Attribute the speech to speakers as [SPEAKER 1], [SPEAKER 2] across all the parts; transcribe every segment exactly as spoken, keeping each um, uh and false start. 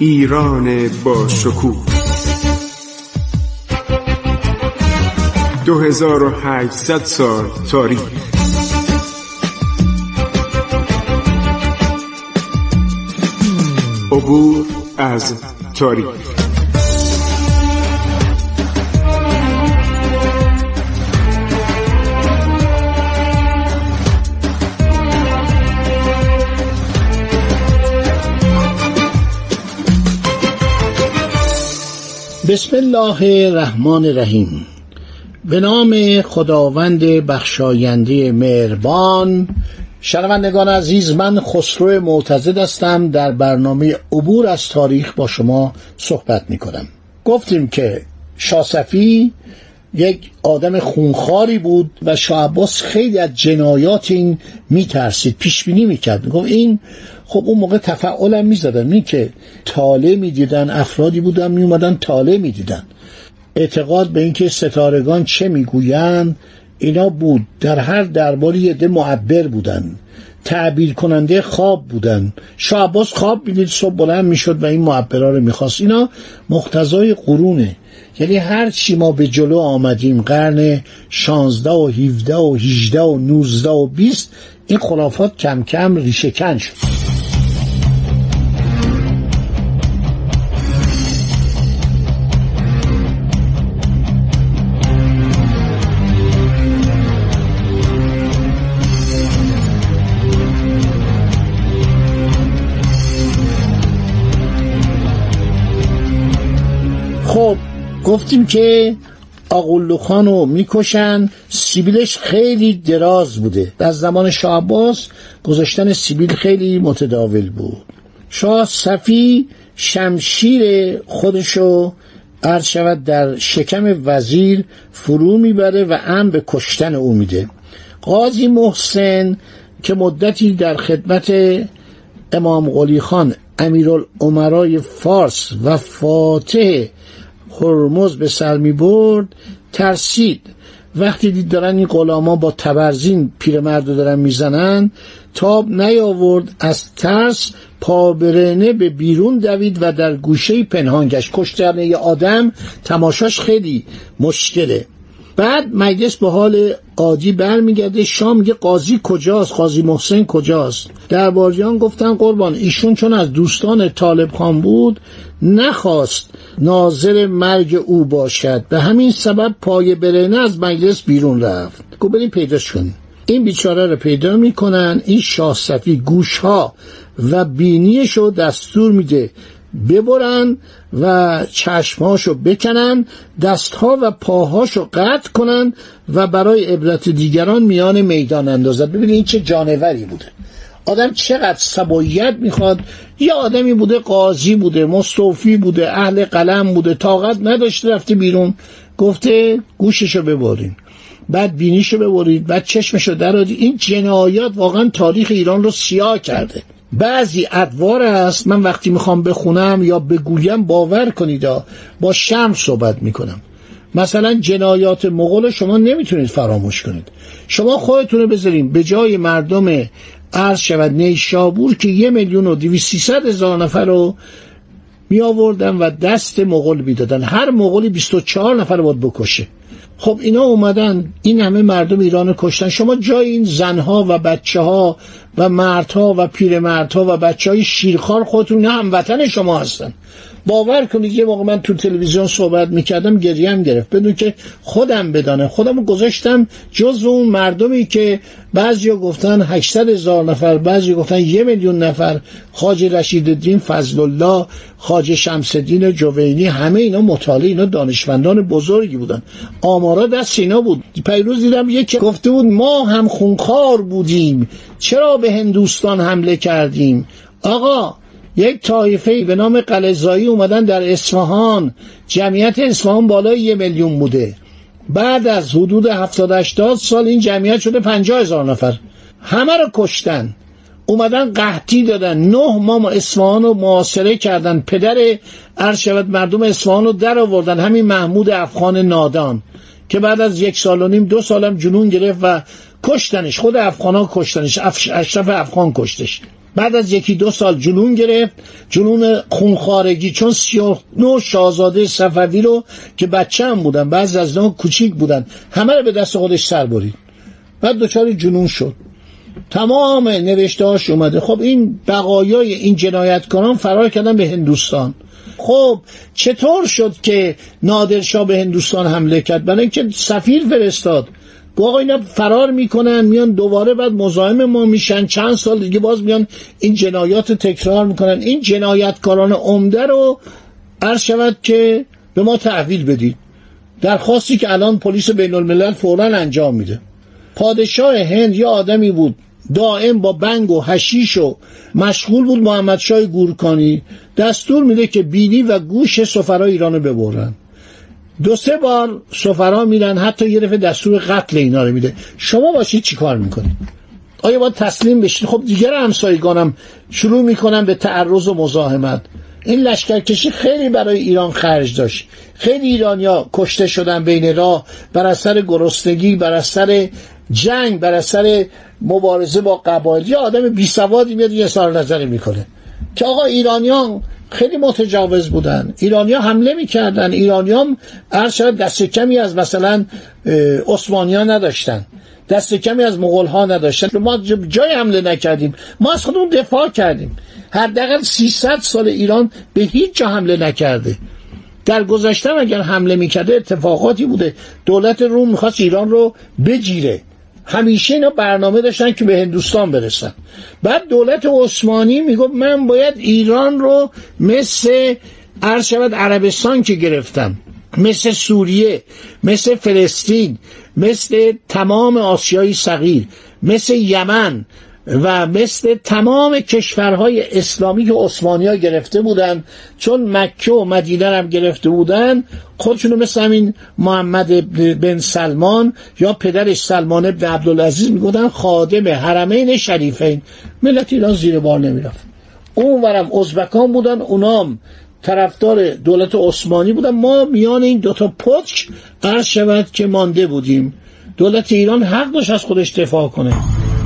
[SPEAKER 1] ایران با شکوه دو هزار و هشتصد سال تاریخ. عبور از تاریخ.
[SPEAKER 2] بسم الله الرحمن الرحیم. به نام خداوند بخشاینده مهربان. شنوندگان عزیز، من خسرو معتضد هستم. در برنامه عبور از تاریخ با شما صحبت می کنم. گفتیم که شاه صفی یک آدم خونخواری بود و شاه عباس خیلی از جنایات این می ترسید، پیش بینی می کرد. گفت این خب اون موقع تفاعل هم می زدن، این که طالع می دیدن، افرادی بودن می اومدن طالع می دیدن، اعتقاد به اینکه ستارگان چه می گویند اینا بود. در هر درباری یه ده معبر بودن، تعبیر کننده خواب بودن. شاه عباس خواب میدید، صبح بلند میشد و این معبرها رو میخواست. اینا مقتضای قرونه، یعنی هر چی ما به جلو آمدیم قرن شانزده و هفده و هجده و نوزده و بیست، این خرافات کم کم ریشه کن شد. خب گفتیم که آقلو خانو میکشن. سیبیلش خیلی دراز بوده. در زمان شاه عباس گذاشتن سیبیل خیلی متداول بود. شاه صفی شمشیر خودشو عرض شود در شکم وزیر فرو میبره و امر به کشتن او میده. قاضی محسن که مدتی در خدمت امام قلی خان امیرالامرای فارس و فاتح هرمز به سر می برد، ترسید. وقتی دید دارن این غلاما با تبرزین پیرمردو دارن میزنن، تاب نیاورد، از ترس پابرهنه به بیرون دوید و در گوشه پنهان گشت. کشتن یه آدم تماشاش خیلی مشکله. بعد مجلس به حال عادی برمیگرده. شاه میگه قاضی کجاست؟ قاضی محسن کجاست؟ درباریان گفتن قربان ایشون چون از دوستان طالب خان بود نخواست ناظر مرگ او باشد، به همین سبب پای برهنه از مجلس بیرون رفت. گفت بریم پیداش کنیم. این بیچاره رو پیدا میکنن. این شاه صفی گوشها و بینیشو دستور میده ببرن و چشمهاشو بکنن، دستها و پاهاشو قطع کنن و برای عبرت دیگران میان میدان اندازد. ببینید این چه جانوری بوده. آدم چقدر صبویت میخواد. یه آدمی بوده، قاضی بوده، مستوفی بوده، اهل قلم بوده، طاقت نداشته، رفته بیرون گفته گوششو ببرین، بعد بینیشو ببرید، بعد چشمشو درآورید. این جنایات واقعا تاریخ ایران رو سیاه کرده. بعضی ادوار هست من وقتی میخوام بخونم یا بگویم باور کنید با شرم صحبت میکنم. مثلا جنایات مغول شما نمیتونید فراموش کنید. شما خودتونه بذارین به جای مردم عرض شود نیشابور که یه میلیون و دویست سیصد هزار نفر رو می آوردن و دست مغول میدادن، هر مغولی بیست و چهار نفر رو باید بکشه. خب اینا اومدن این همه مردم ایران کشتن. شما جای این زنها و بچه ها و مردها و پیرمردها و بچه های شیرخوار خودتون نه هموطن شما هستن. باور کنید یه موقع من تو تلویزیون صحبت میکردم گریم گرفت، بدون که خودم بدانم. خودمو گذاشتم جزو اون مردمی که بعضیا گفتن هشتصد هزار نفر، بعضی گفتن یه میلیون نفر. خواجه رشیدالدین فضل الله، خواجه شمس الدین جوینی، همه اینا مطالعه، اینا دانشمندان بزرگی بودن. آمارا دست اینا بود. پیروز دیدم یکی گفته بود ما هم خونخوار بودیم، چرا به هندوستان حمله کردیم؟ آقا یک طایفه به نام قلعه‌زایی اومدن در اصفهان، جمعیت اصفهان بالای یه میلیون بوده. بعد از حدود هفتاد هشتاد سال این جمعیت شده پنجاه هزار نفر، همه رو کشتن. اومدن قحطی دادن، نه ماه اصفهان رو محاصره کردن، پدر عرض شود مردم اصفهان رو در آوردن، همین محمود افغان نادان که بعد از یک سال و نیم دو سالم جنون گرفت و کشتنش. خود افغان ها کشتنش، اشرف افغان کشتش. بعد از یکی دو سال جنون گرفت، جنون خونخوارگی، چون سی و نه شاهزاده صفوی رو که بچه هم بودن، بعضی از اونها کوچیک بودن، همه رو به دست خودش سر برید. بعد دچار جنون شد، تمام نوشته‌هاش اومده. خب این بقایای این جنایتکاران فرار کردن به هندوستان. خب چطور شد که نادرشاه به هندوستان حمله کرد؟ برای اینکه سفیر فرستاد، گفت آقا اینا فرار میکنن میان دوباره بعد مزاحم ما میشن، چند سال دیگه باز میان این جنایات تکرار میکنن، این جنایتکاران عمده رو عرض شود که به ما تحویل بدید. درخواستی که الان پلیس بین الملل فوراً انجام میده. پادشاه هند یا آدمی بود دائم با بنگ و حشیش و مشغول بود، محمد شاه گورکانی، دستور میده که بینی و گوش سفرای ایرانو ببرن. دو سه بار سفرا میرن، حتی یه دفعه دستور قتل اینا رو میده. شما باشید چی کار میکنید؟ آیا باید تسلیم بشید؟ خب دیگر همسایگانم شروع میکنن به تعرض و مزاحمت. این لشکرکشی خیلی برای ایران خرج داشت. خیلی ایرانیا کشته شدن بین راه بر اثر گرسنگی، بر اثر جنگ، بر اثر مبارزه با قبایل. یا آدم بی سوادی میاد یه اظهار نظری میکنه که آقا ایرانیان خیلی متجاوز بودن، ایرانیان حمله میکردن، ایرانیان هر شاید دست کمی از مثلا عثمانیان نداشتن، دست کمی از مغول ها نداشتن. ما جای حمله نکردیم، ما از خودمون دفاع کردیم. حداقل سیصد سال ایران به هیچ جا حمله نکرده. در گذشته اگر حمله میکرده اتفاقاتی بوده. دولت روم میخواست ایران رو بگیره، همیشه اینا برنامه داشتن که به هندوستان برسن. بعد دولت عثمانی میگفت من باید ایران رو مثل عرض شود عربستان که گرفتم، مثل سوریه، مثل فلسطین، مثل تمام آسیای صغیر، مثل یمن و مثل تمام کشورهای اسلامی که عثمانی‌ها گرفته بودن، چون مکه و مدینه هم گرفته بودن، خودشونو مثل همین محمد بن سلمان یا پدرش سلمان ابن عبدالعزیز میگفتن خادم حرمین شریفین. ملت ایران زیر بار نمیرفت. اونورم ازبکان بودن، اونام طرفدار دولت عثمانی بودن. ما میان این دوتا پتک عرض شود که مانده بودیم. دولت ایران حق داشت از خودش دفاع کنه.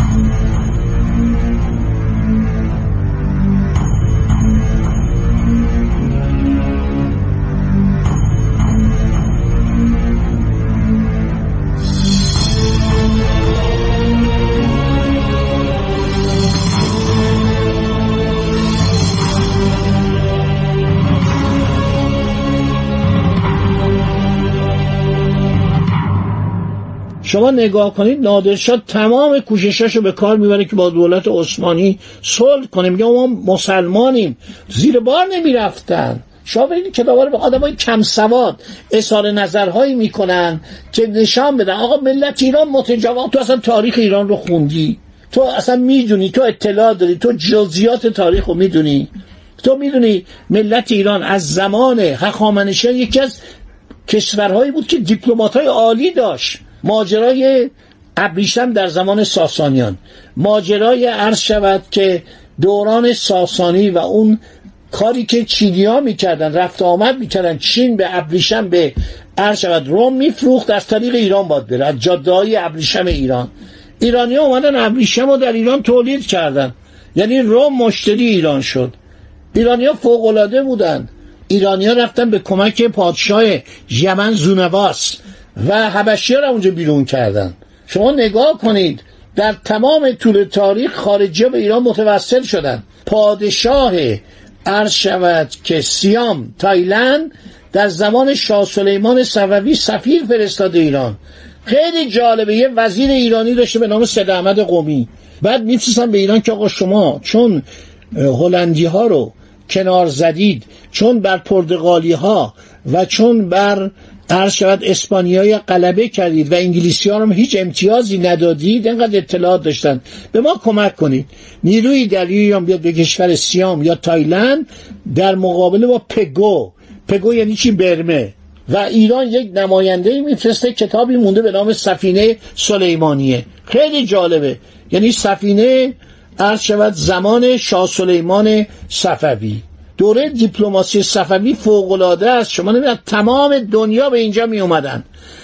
[SPEAKER 2] شما نگاه کنید نادرشاه تمام کوششاشو به کار میبره که با دولت عثمانی صلح کنه. میگه ما مسلمانیم، زیر بار نمیرفتن. شما ببینید کتابا رو به آدمای کم سواد اظهار نظرهایی میکنن که نشان بدن آقا ملت ایران متجاوز. تو اصلا تاریخ ایران رو خوندی؟ تو اصلا میدونی؟ تو اطلاع داری؟ تو جزئیات تاریخ رو میدونی؟ تو میدونی ملت ایران از زمان هخامنشیان یکی از کشورهایی بود که دیپلمات‌های عالی داشت. ماجرای ابریشم در زمان ساسانیان، ماجرای عرض شود که دوران ساسانی و اون کاری که چینی‌ها میکردن، رفت آمد میکردن، چین به ابریشم به عرض شود روم میفروخت، از طریق ایران باید بره، از جاده‌های ابریشم ایران. ایرانی‌ها اومدن ابریشم رو در ایران تولید کردن، یعنی روم مشتری ایران شد. ایرانی‌ها فوق‌العاده بودن. ایرانی‌ها رفتن به کمک پادشاه یمن زونواس و حبشی‌ها را اونجا بیرون کردن. شما نگاه کنید در تمام طول تاریخ خارجی‌ها به ایران متوسل شدن. پادشاه عرض شود که سیام تایلند در زمان شاه سلیمان صفوی سفیر فرستاده ایران. خیلی جالبه، یه وزیر ایرانی داشته به نام سید احمد قمی. بعد می‌فرستن به ایران که آقا شما چون هلندی‌ها رو کنار زدید، چون بر پرتغالی‌ها و چون بر عرض شود اسپانیایی غلبه کردید و انگلیسی ها رو هیچ امتیازی ندادید، اینقدر اطلاعات داشتن، به ما کمک کنید. نیروی دریایی هم بیاد به کشور سیام یا تایلند در مقابله با پگو. پگو یعنی چی؟ برمه. و ایران یک نماینده میفرسته، کتابی مونده به نام سفینه سلیمانیه. خیلی جالبه، یعنی سفینه عرض شود زمان شاه سلیمان صفوی. دوره دیپلماسی صفوی فوق‌العاده است. شما نمی‌دونید تمام دنیا به اینجا می اومدن،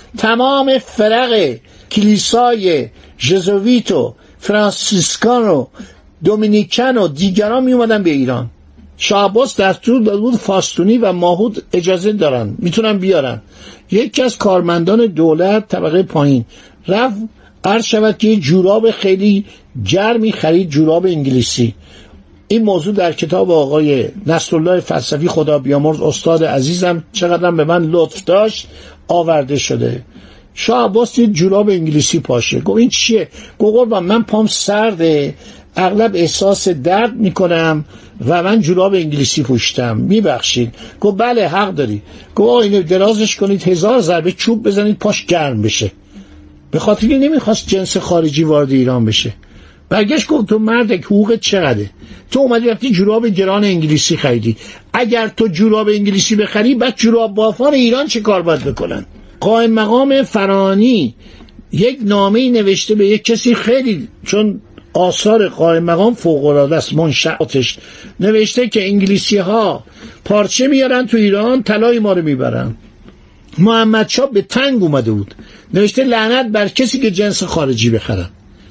[SPEAKER 2] تمام فرق کلیسای ژزوئیت و فرانسیسکان رو دومینیکن و دیگران می اومدن به ایران. شاه عباس دستور داده بود فاستونی و ماهود اجازه دارن میتونن بیارن. یکی از کارمندان دولت طبقه پایین رفت عرض شود که جوراب خیلی گرمی خرید، جوراب انگلیسی. این موضوع در کتاب آقای نصرالله فلسفی خدا بیامرز استاد عزیزم چقدرم به من لطف داشت آورده شده. شاه عباس دید جوراب انگلیسی پاشه، گفت این چیه؟ گفت قربان من پام سرده، اغلب احساس درد میکنم و من جوراب انگلیسی پوشتم، میبخشید. گفت بله حق داری. گفت آقا اینو درازش کنید، هزار ضربه چوب بزنید پاش گرم بشه. به خاطر اینکه نمیخواست جنس خارجی وارد ایران بشه. برگشت گفت تو مرد حقوقت چقدره؟ تو اومدی رفتی جوراب گران انگلیسی خریدی. اگر تو جوراب انگلیسی بخری بعد جوراب بافان ایران چه کار باید بکنن؟ قائم مقام فرانی یک نامه‌ای نوشته به یک کسی، خیلی چون آثار قائم مقام فوق‌العاده است منشأاتش، نوشته که انگلیسی ها پارچه میارن تو ایران طلای ما رو میبرن. محمد شاه به تنگ اومده بود، نوشته لعنت بر کسی که جنس خارجی بخرن.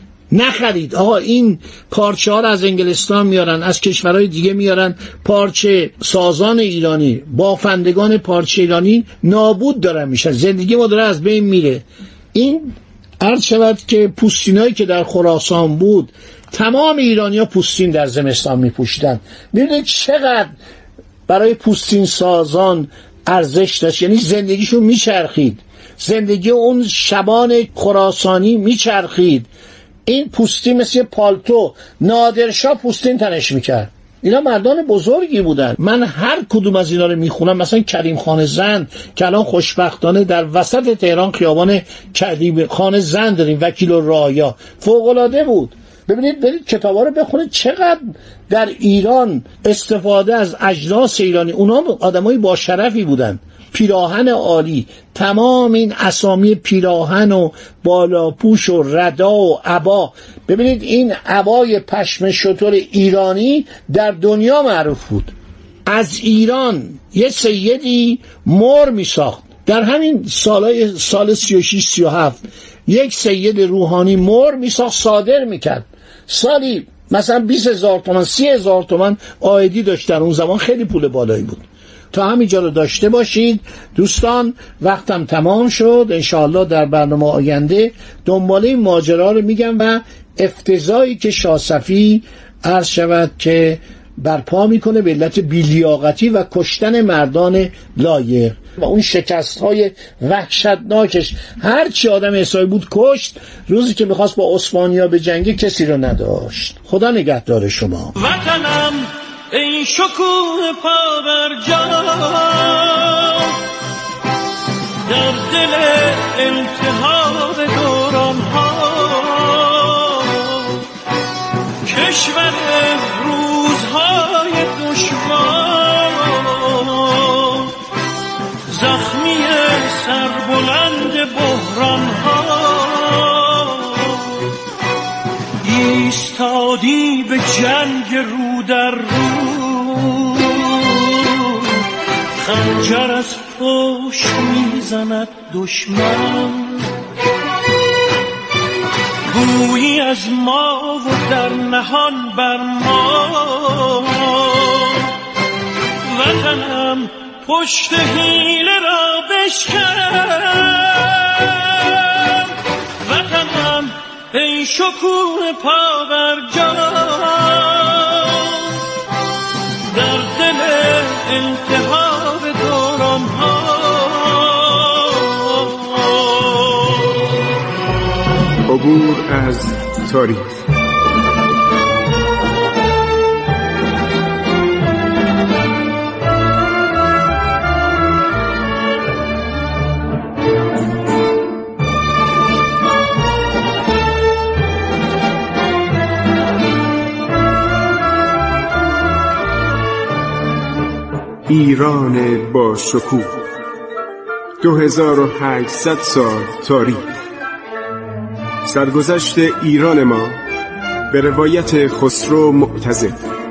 [SPEAKER 2] نخرید. آقا این پارچه ها رو از انگلستان میارن، از کشورهای دیگه میارن، پارچه سازان ایرانی، بافندگان پارچه ایرانی نابود دارن میشن، زندگی ما داره از بین میره. این عرض شود که پوستینایی که در خراسان بود تمام ایرانی‌ها پوستین در زمستان میپوشیدن. ببینید چقدر برای پوستین سازان ارزش داشت، یعنی زندگیشون میچرخید، زندگی اون شبان خراسانی میچرخید. این پوستین مثل پالتو، نادرشاه پوستین تنش میکرد. اینا مردان بزرگی بودن. من هر کدوم از اینا رو میخونم، مثلا کریم خان زند که الان خوشبختانه در وسط تهران خیابان کریم خان زند داریم، وکیل الرایا، فوق‌العاده بود. ببینید برید کتابا رو بخونید چقدر در ایران استفاده از اجناس ایرانی، اونا آدمای با شرفی بودن. پیراهن عالی، تمام این اسامی پیراهن و بالاپوش و ردا و عبا، ببینید این عبای پشم شتر ایرانی در دنیا معروف بود. از ایران یه سیدی مر می ساخت در همین سالای سال سی و شش سی و هفت، یک سید روحانی مر می ساخت صادر می کرد. سالی مثلا بیست هزار تومن سی هزار تومن عایدی داشت، در اون زمان خیلی پول بالایی بود. تا همینجا رو داشته باشید دوستان. وقتم تمام شد، انشاءالله در برنامه آینده دنباله این ماجرا رو میگم و افتضاحی که شاه صفی عرض شود که برپا میکنه به علت بیلیاقتی و کشتن مردان لایق و اون شکست های وحشتناکش. هر چی آدم حسابی بود کشت. روزی که میخواست با عثمانی‌ها به جنگ کسی رو نداشت. خدا نگهدار شما.
[SPEAKER 3] وطنم ای شکوه پابرجا در دل التهاب دوران ها، کشور روزهای دشوار، زخمی سربلند بحران ها، ایستادی به جنگ رو در رو، خنجر از پشت میزند دشمن، گویی از ما و در نهان بر ما. وطنم پشت حیله را بشکن، وطنم ای شکوه پابرجا در دل التهاب دوران ها.
[SPEAKER 1] عبور از تاریخ. ایران با شکوه، دو هزار و هشتصد سال تاریخ. سرگذشت ایران ما به روایت خسرو معتضد.